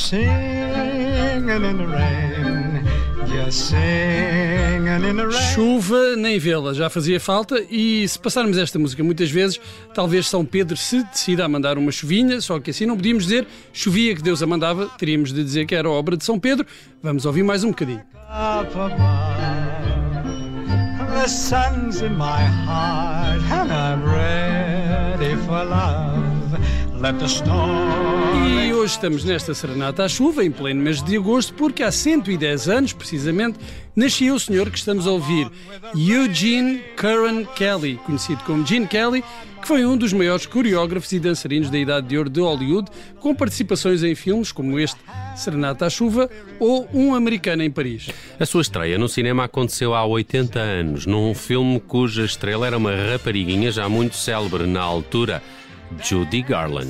singing in the rain, just singing in the rain. Chuva nem vê-la, já fazia falta. E se passarmos esta música muitas vezes, talvez São Pedro se decida a mandar uma chuvinha. Só que assim não podíamos dizer chovia que Deus a mandava, teríamos de dizer que era obra de São Pedro. Vamos ouvir mais um bocadinho. Up above, the sun's in my heart, and I'm ready for love. Let the storm. E hoje estamos nesta serenata à chuva, em pleno mês de agosto, porque há 110 anos, precisamente, nascia o senhor que estamos a ouvir, Eugene Curran Kelly, conhecido como Gene Kelly, que foi um dos maiores coreógrafos e dançarinos da Idade de Ouro de Hollywood, com participações em filmes como este, Serenata à Chuva, ou Um Americano em Paris. A sua estreia no cinema aconteceu há 80 anos, num filme cuja estrela era uma rapariguinha já muito célebre na altura, Judy Garland.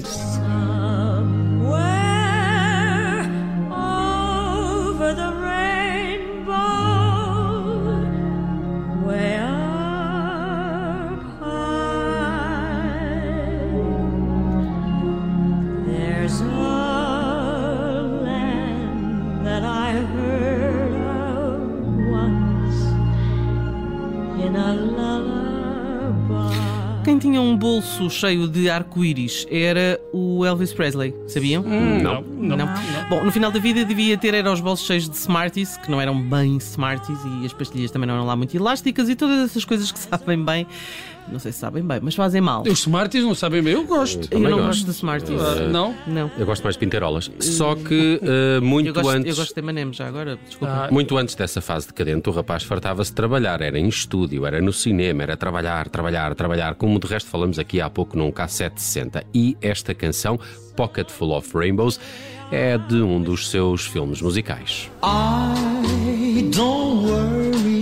Quem tinha um bolso cheio de arco-íris era o Elvis Presley, sabiam? Não. Bom, no final da vida devia ter era os bolsos cheios de Smarties, que não eram bem Smarties, e as pastilhas também não eram lá muito elásticas, e todas essas coisas que sabem bem, não sei se sabem bem, mas fazem mal. Os Smarties não sabem bem, eu gosto. Eu não gosto de Smarties. Não? Não. Eu gosto mais de pintarolas. Só que Eu gosto de M&M já agora, desculpa. Muito antes dessa fase decadente, o rapaz fartava-se de trabalhar. Era em estúdio, era no cinema, era trabalhar, como de resto falamos aqui há pouco num K760. E esta canção, Pocket Full of Rainbows, é de um dos seus filmes musicais. I don't worry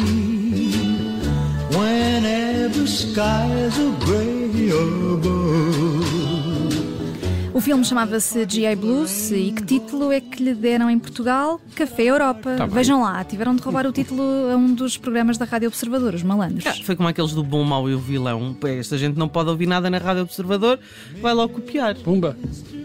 whenever skies are gray above. O filme chamava-se G.I. Blues. E que título é que lhe deram em Portugal? Café Europa. Vejam lá, tiveram de roubar o título a um dos programas da Rádio Observador, os malandros. Foi como aqueles do Bom, o Mau e o Vilão. Esta gente não pode ouvir nada na Rádio Observador, vai logo copiar. Pumba.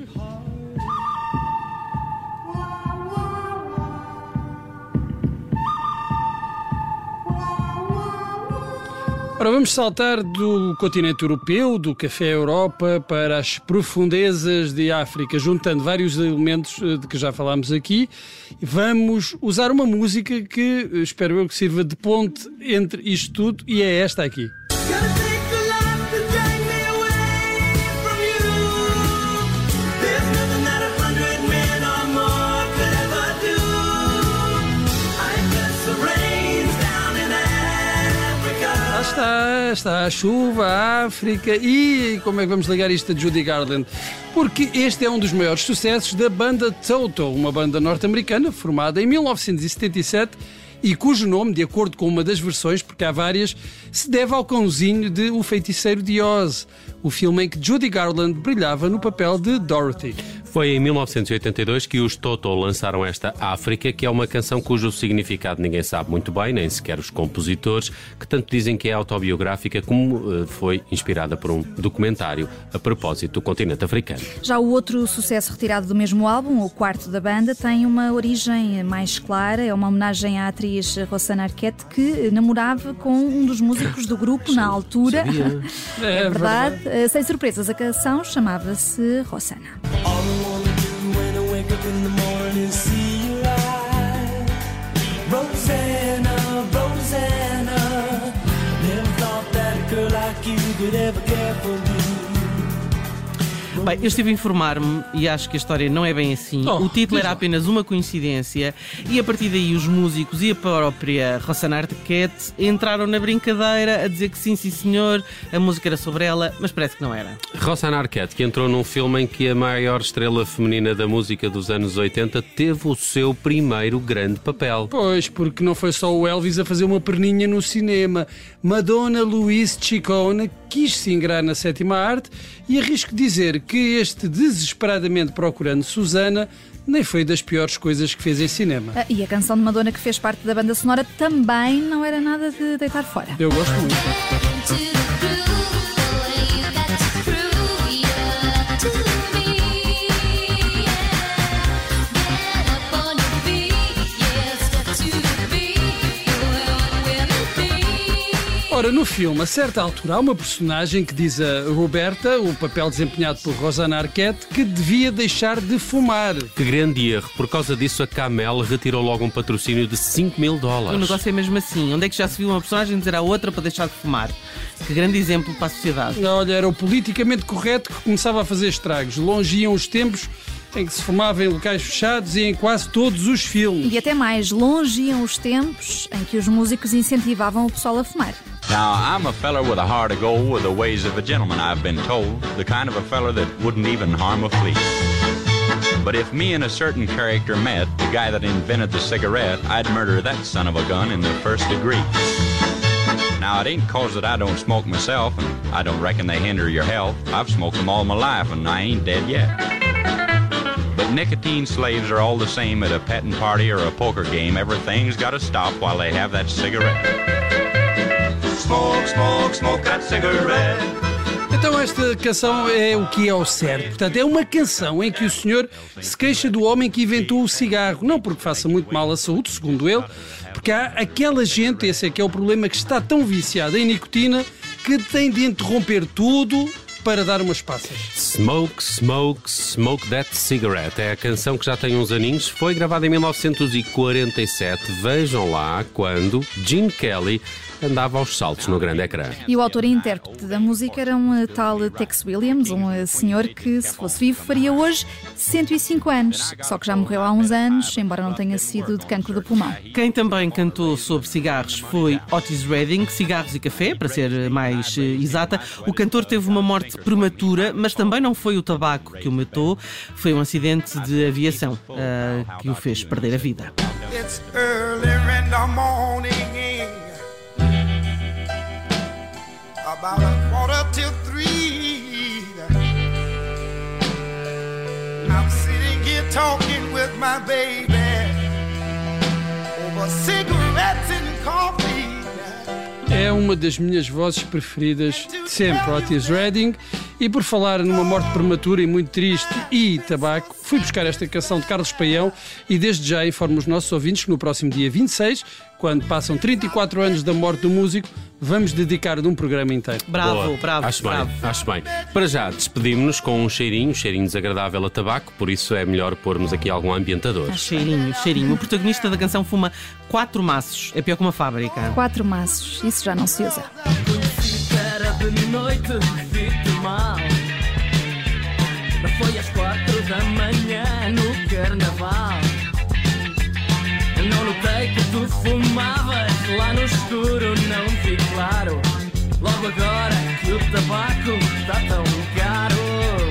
Ora, vamos saltar do continente europeu, do Café Europa, para as profundezas de África, juntando vários elementos de que já falámos aqui. Vamos usar uma música que espero eu que sirva de ponte entre isto tudo, e é esta aqui. Está a chuva, a África. E como é que vamos ligar isto a Judy Garland? Porque este é um dos maiores sucessos da banda Toto, uma banda norte-americana formada em 1977 e cujo nome, de acordo com uma das versões, porque há várias, se deve ao cãozinho de O Feiticeiro de Oz, o filme em que Judy Garland brilhava no papel de Dorothy. Foi em 1982 que os Toto lançaram esta África, que é uma canção cujo significado ninguém sabe muito bem, nem sequer os compositores, que tanto dizem que é autobiográfica como foi inspirada por um documentário a propósito do continente africano. Já o outro sucesso retirado do mesmo álbum, o quarto da banda, tem uma origem mais clara. É uma homenagem à atriz Rosanna Arquette, que namorava com um dos músicos do grupo na altura. É verdade. Sem surpresas, a canção chamava-se Rosanna. Bem, eu estive a informar-me e acho que a história não é bem assim. O título era apenas uma coincidência e a partir daí os músicos e a própria Rosanna Arquette entraram na brincadeira a dizer que sim senhor, a música era sobre ela, mas parece que não era. Rosanna Arquette, que entrou num filme em que a maior estrela feminina da música dos anos 80 teve o seu primeiro grande papel. Pois, porque não foi só o Elvis a fazer uma perninha no cinema. Madonna Louise Ciccone quis se ingrar na sétima arte e arrisco dizer que este desesperadamente procurando Susana nem foi das piores coisas que fez em cinema. E a canção de Madonna, que fez parte da banda sonora, também não era nada de deitar fora. Eu gosto muito. Ora, no filme, a certa altura, há uma personagem que diz a Roberta, o papel desempenhado por Rosanna Arquette, que devia deixar de fumar. Que grande erro. Por causa disso, a Camel retirou logo um patrocínio de $5.000. O negócio é mesmo assim. Onde é que já se viu uma personagem dizer à outra para deixar de fumar? Que grande exemplo para a sociedade. Olha, era o politicamente correto que começava a fazer estragos. Longe iam os tempos em que se fumava em locais fechados e em quase todos os filmes. E até mais, longe iam os tempos em que os músicos incentivavam o pessoal a fumar. Now, I'm a feller with a heart of gold, with the ways of a gentleman, I've been told. The kind of a feller that wouldn't even harm a flea. But if me and a certain character met, the guy that invented the cigarette, I'd murder that son of a gun in the first degree. Now, it ain't cause that I don't smoke myself, and I don't reckon they hinder your health. I've smoked them all my life, and I ain't dead yet. But nicotine slaves are all the same at a petting party or a poker game. Everything's gotta stop while they have that cigarette. Smoke, smoke, smoke that cigarette. Então esta canção é o que é o certo. Portanto, é uma canção em que o senhor se queixa do homem que inventou o cigarro. Não porque faça muito mal à saúde, segundo ele, porque há aquela gente, esse é que é o problema, que está tão viciada em nicotina que tem de interromper tudo para dar umas passas. Smoke, smoke, smoke that cigarette. É a canção que já tem uns aninhos. Foi gravada em 1947. Vejam lá quando Gene Kelly andava aos saltos no grande ecrã. E o autor e intérprete da música era um tal Tex Williams, um senhor que, se fosse vivo, faria hoje 105 anos. Só que já morreu há uns anos, embora não tenha sido de cancro do pulmão. Quem também cantou sobre cigarros foi Otis Redding, cigarros e café, para ser mais exata. O cantor teve uma morte prematura, mas também não foi o tabaco que o matou, foi um acidente de aviação que o fez perder a vida. It's early in the morning, about 2:45. I'm sitting here talking with my baby over cigarettes and coffee. É uma das minhas vozes preferidas de sempre, Otis Redding. E por falar numa morte prematura e muito triste e tabaco, fui buscar esta canção de Carlos Paião e desde já informo os nossos ouvintes que no próximo dia 26, quando passam 34 anos da morte do músico, vamos dedicar de um programa inteiro. Bravo, Boa. bravo, Acho bravo. bem, acho bem. Para já, despedimos-nos com um cheirinho desagradável a tabaco, por isso é melhor pormos aqui algum ambientador. Cheirinho, cheirinho. O protagonista da canção fuma 4 maços. É pior que uma fábrica. 4 maços, isso já não se usa. Era de noite, vi-te mal. Foi às 4 da manhã no carnaval. Não notei que tu fumavas lá no escuro, não vi claro. Logo agora que o tabaco está tão caro.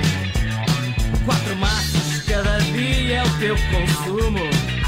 4 maços cada dia é o teu consumo.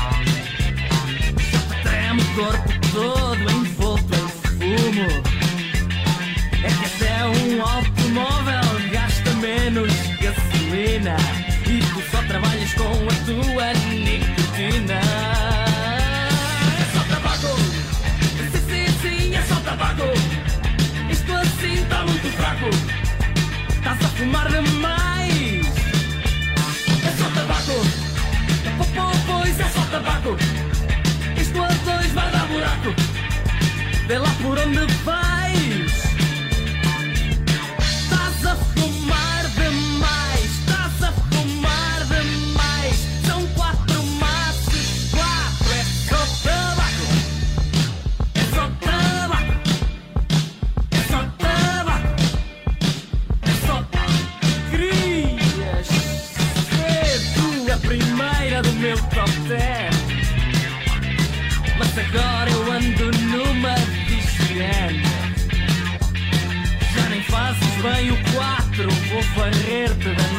Já te treme o corpo todo envolto em fumo. É que até um automóvel gasta menos gasolina e tu só trabalhas com a tua nicotina. É só tabaco, sim, é só tabaco. Isto assim está muito fraco, estás a fumar demais. É só tabaco, pois é só tabaco. Isto a dois vai dar buraco, vê lá por onde vais. Mas agora eu ando numa higiene. Já nem fazes bem o 4, vou varrer-te da